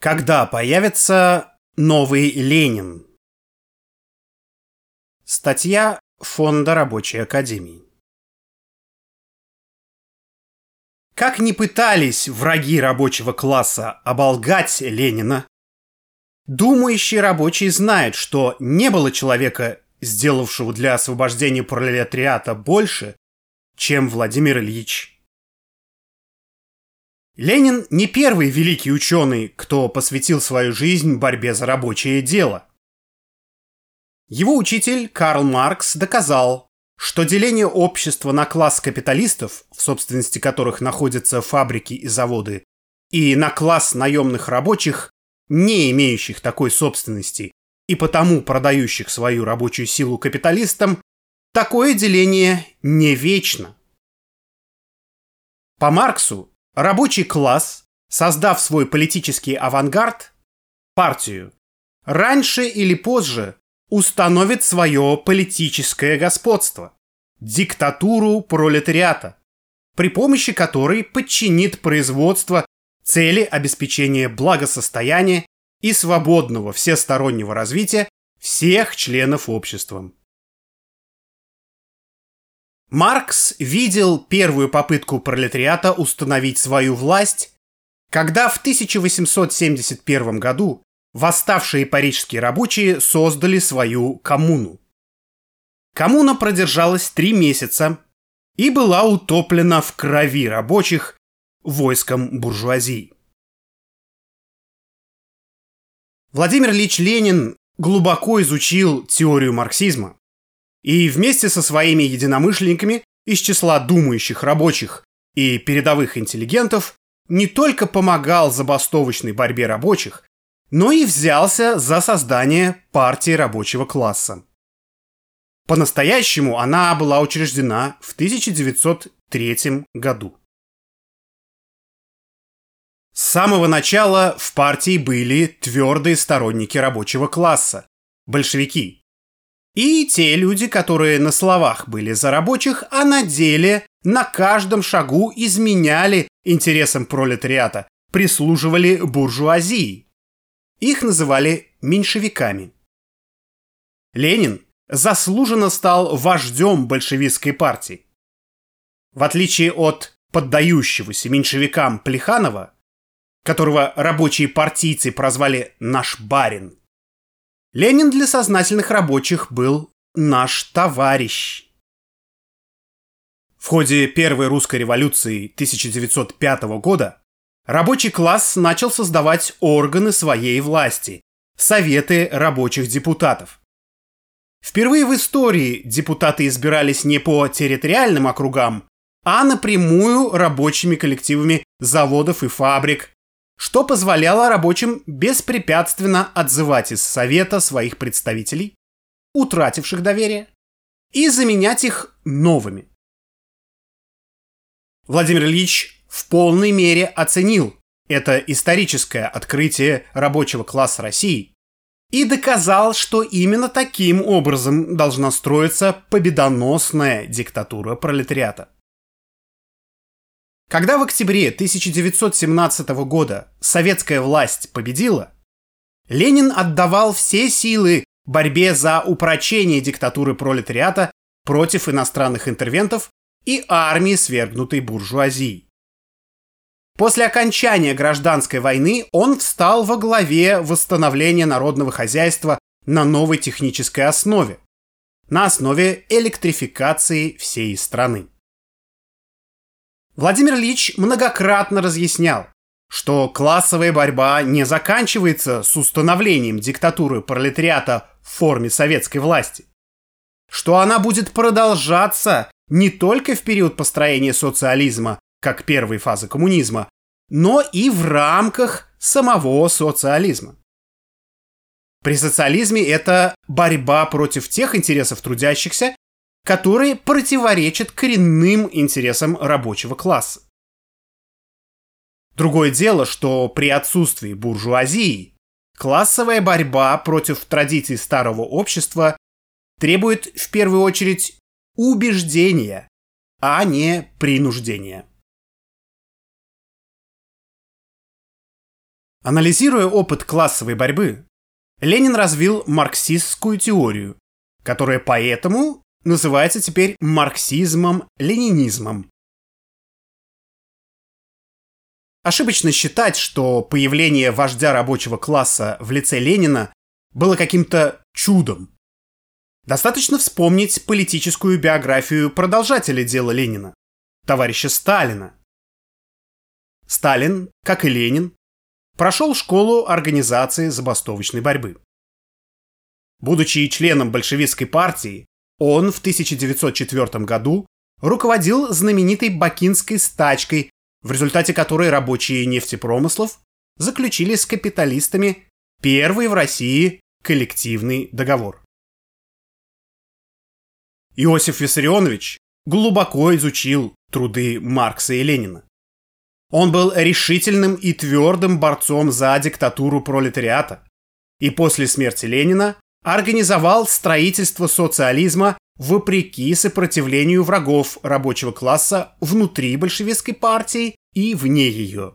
Когда появится новый Ленин? Статья Фонда Рабочей Академии. Как ни пытались враги рабочего класса оболгать Ленина, думающий рабочий знает, что не было человека, сделавшего для освобождения пролетариата больше, чем Владимир Ильич. Ленин не первый великий ученый, кто посвятил свою жизнь борьбе за рабочее дело. Его учитель Карл Маркс доказал, что деление общества на класс капиталистов, в собственности которых находятся фабрики и заводы, и на класс наемных рабочих, не имеющих такой собственности и потому продающих свою рабочую силу капиталистам, такое деление не вечно. По Марксу, рабочий класс, создав свой политический авангард, партию, раньше или позже установит свое политическое господство, диктатуру пролетариата, при помощи которой подчинит производство цели обеспечения благосостояния и свободного всестороннего развития всех членов общества. Маркс видел первую попытку пролетариата установить свою власть, когда в 1871 году восставшие парижские рабочие создали свою коммуну. Коммуна продержалась 3 месяца и была утоплена в крови рабочих войском буржуазии. Владимир Ильич Ленин глубоко изучил теорию марксизма и вместе со своими единомышленниками из числа думающих рабочих и передовых интеллигентов не только помогал забастовочной борьбе рабочих, но и взялся за создание партии рабочего класса. По-настоящему она была учреждена в 1903 году. С самого начала в партии были твердые сторонники рабочего класса – большевики. И те люди, которые на словах были за рабочих, а на деле на каждом шагу изменяли интересам пролетариата, прислуживали буржуазии. Их называли меньшевиками. Ленин заслуженно стал вождем большевистской партии. В отличие от поддающегося меньшевикам Плеханова, которого рабочие партийцы прозвали «наш барин», Ленин для сознательных рабочих был «наш товарищ». В ходе Первой русской революции 1905 года рабочий класс начал создавать органы своей власти – Советы рабочих депутатов. Впервые в истории депутаты избирались не по территориальным округам, а напрямую рабочими коллективами заводов и фабрик, что позволяло рабочим беспрепятственно отзывать из Совета своих представителей, утративших доверие, и заменять их новыми. Владимир Ильич в полной мере оценил это историческое открытие рабочего класса России и доказал, что именно таким образом должна строиться победоносная диктатура пролетариата. Когда в октябре 1917 года советская власть победила, Ленин отдавал все силы борьбе за упрочение диктатуры пролетариата против иностранных интервентов и армии свергнутой буржуазии. После окончания гражданской войны он встал во главе восстановления народного хозяйства на новой технической основе, на основе электрификации всей страны. Владимир Ильич многократно разъяснял, что классовая борьба не заканчивается с установлением диктатуры пролетариата в форме советской власти, что она будет продолжаться не только в период построения социализма, как первой фазы коммунизма, но и в рамках самого социализма. При социализме это борьба против тех интересов трудящихся, которые противоречат коренным интересам рабочего класса. Другое дело, что при отсутствии буржуазии классовая борьба против традиций старого общества требует в первую очередь убеждения, а не принуждения. Анализируя опыт классовой борьбы, Ленин развил марксистскую теорию, которая поэтому называется теперь марксизмом-ленинизмом. Ошибочно считать, что появление вождя рабочего класса в лице Ленина было каким-то чудом. Достаточно вспомнить политическую биографию продолжателя дела Ленина, товарища Сталина. Сталин, как и Ленин, прошел школу организации забастовочной борьбы. Будучи членом большевистской партии, он в 1904 году руководил знаменитой Бакинской стачкой, в результате которой рабочие нефтепромыслов заключили с капиталистами первый в России коллективный договор. Иосиф Виссарионович глубоко изучил труды Маркса и Ленина. Он был решительным и твердым борцом за диктатуру пролетариата и после смерти Ленина организовал строительство социализма вопреки сопротивлению врагов рабочего класса внутри большевистской партии и вне ее.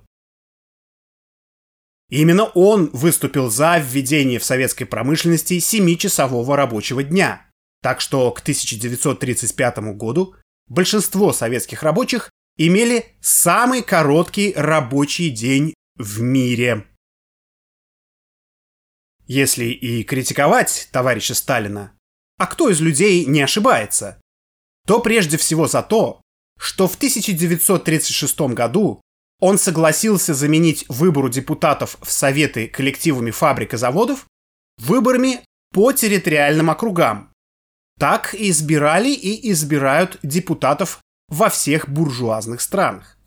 Именно он выступил за введение в советской промышленности 7-часового рабочего дня, так что к 1935 году большинство советских рабочих имели самый короткий рабочий день в мире. Если и критиковать товарища Сталина, а кто из людей не ошибается, то прежде всего за то, что в 1936 году он согласился заменить выбору депутатов в советы коллективами фабрик и заводов выборами по территориальным округам. Так избирали и избирают депутатов во всех буржуазных странах.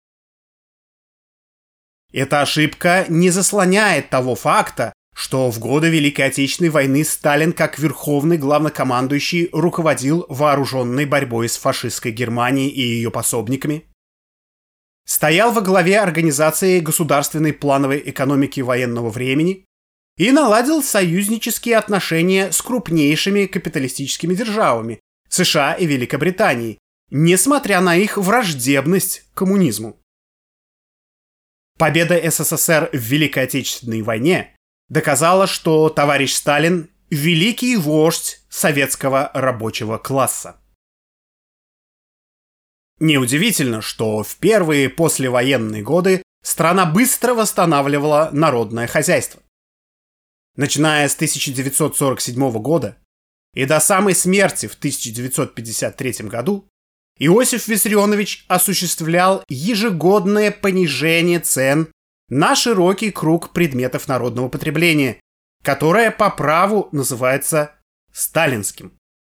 Эта ошибка не заслоняет того факта, что в годы Великой Отечественной войны Сталин как верховный главнокомандующий руководил вооруженной борьбой с фашистской Германией и ее пособниками, стоял во главе организации государственной плановой экономики военного времени и наладил союзнические отношения с крупнейшими капиталистическими державами США и Великобританией, несмотря на их враждебность к коммунизму. Победа СССР в Великой Отечественной войне доказала, что товарищ Сталин – великий вождь советского рабочего класса. Неудивительно, что в первые послевоенные годы страна быстро восстанавливала народное хозяйство. Начиная с 1947 года и до самой смерти в 1953 году Иосиф Виссарионович осуществлял ежегодное понижение цен на широкий круг предметов народного потребления, которое по праву называется сталинским.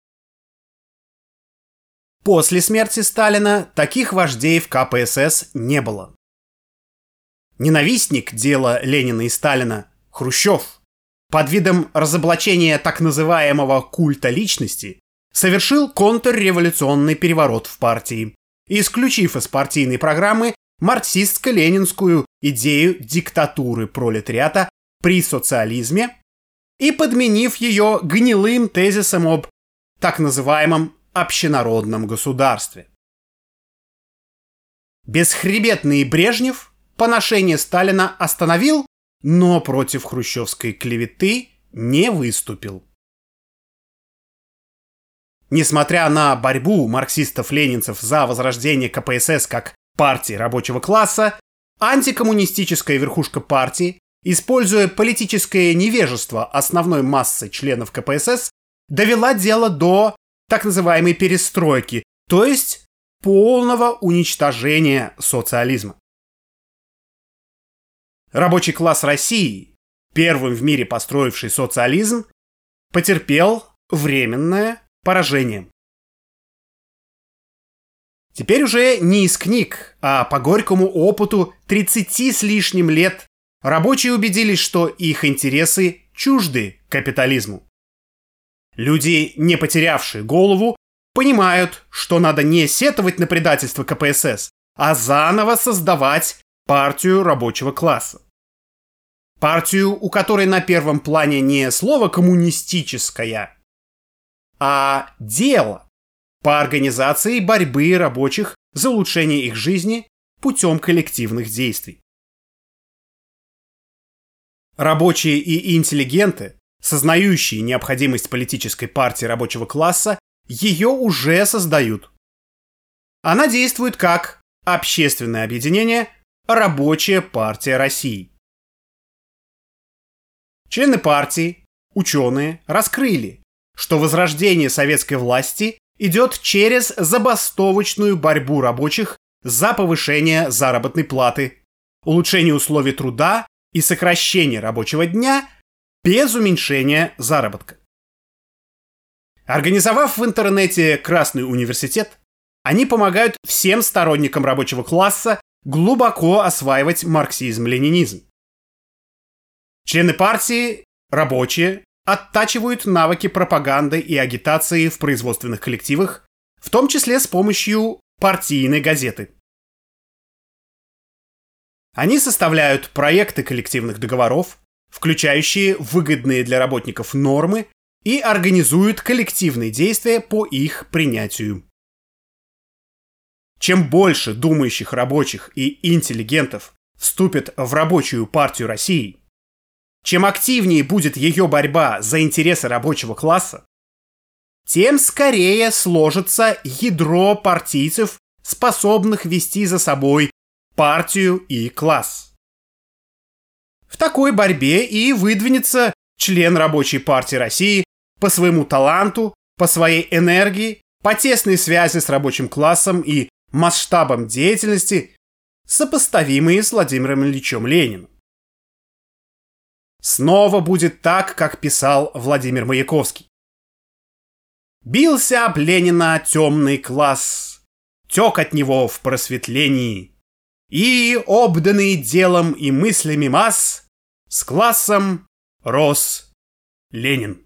После смерти Сталина таких вождей в КПСС не было. Ненавистник дела Ленина и Сталина Хрущев под видом разоблачения так называемого культа личности совершил контрреволюционный переворот в партии, исключив из партийной программы марксистско-ленинскую идею диктатуры пролетариата при социализме и подменив ее гнилым тезисом об так называемом общенародном государстве. Бесхребетный Брежнев поношение Сталина остановил, но против хрущевской клеветы не выступил. Несмотря на борьбу марксистов-ленинцев за возрождение КПСС как партии рабочего класса, антикоммунистическая верхушка партии, используя политическое невежество основной массы членов КПСС, довела дело до так называемой перестройки, то есть полного уничтожения социализма. Рабочий класс России, первым в мире построивший социализм, потерпел временное поражение. Теперь уже не из книг, а по горькому опыту 30 с лишним лет рабочие убедились, что их интересы чужды капитализму. Люди, не потерявшие голову, понимают, что надо не сетовать на предательство КПСС, а заново создавать партию рабочего класса. Партию, у которой на первом плане не слово «коммунистическое», а дело по организации борьбы рабочих за улучшение их жизни путем коллективных действий. Рабочие и интеллигенты, сознающие необходимость политической партии рабочего класса, ее уже создают. Она действует как общественное объединение «Рабочая партия России». Члены партии, ученые раскрыли, что возрождение советской власти идет через забастовочную борьбу рабочих за повышение заработной платы, улучшение условий труда и сокращение рабочего дня без уменьшения заработка. Организовав в интернете Красный университет, они помогают всем сторонникам рабочего класса глубоко осваивать марксизм-ленинизм. Члены партии, рабочие, оттачивают навыки пропаганды и агитации в производственных коллективах, в том числе с помощью партийной газеты. Они составляют проекты коллективных договоров, включающие выгодные для работников нормы, и организуют коллективные действия по их принятию. Чем больше думающих рабочих и интеллигентов вступят в Рабочую партию России, чем активнее будет ее борьба за интересы рабочего класса, тем скорее сложится ядро партийцев, способных вести за собой партию и класс. В такой борьбе и выдвинется член Рабочей партии России по своему таланту, по своей энергии, по тесной связи с рабочим классом и масштабом деятельности, сопоставимые с Владимиром Ильичем Лениным. Снова будет так, как писал Владимир Маяковский. Бился об Ленина темный класс, тек от него в просветлении, и, обданный делом и мыслями масс, с классом рос Ленин.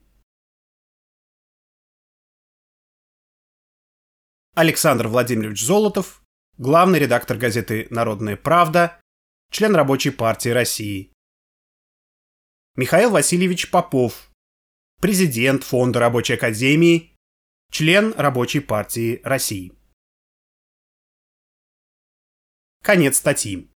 Александр Владимирович Золотов, главный редактор газеты «Народная правда», член Рабочей партии России. Михаил Васильевич Попов, президент Фонда Рабочей академии, член Рабочей партии России. Конец статьи.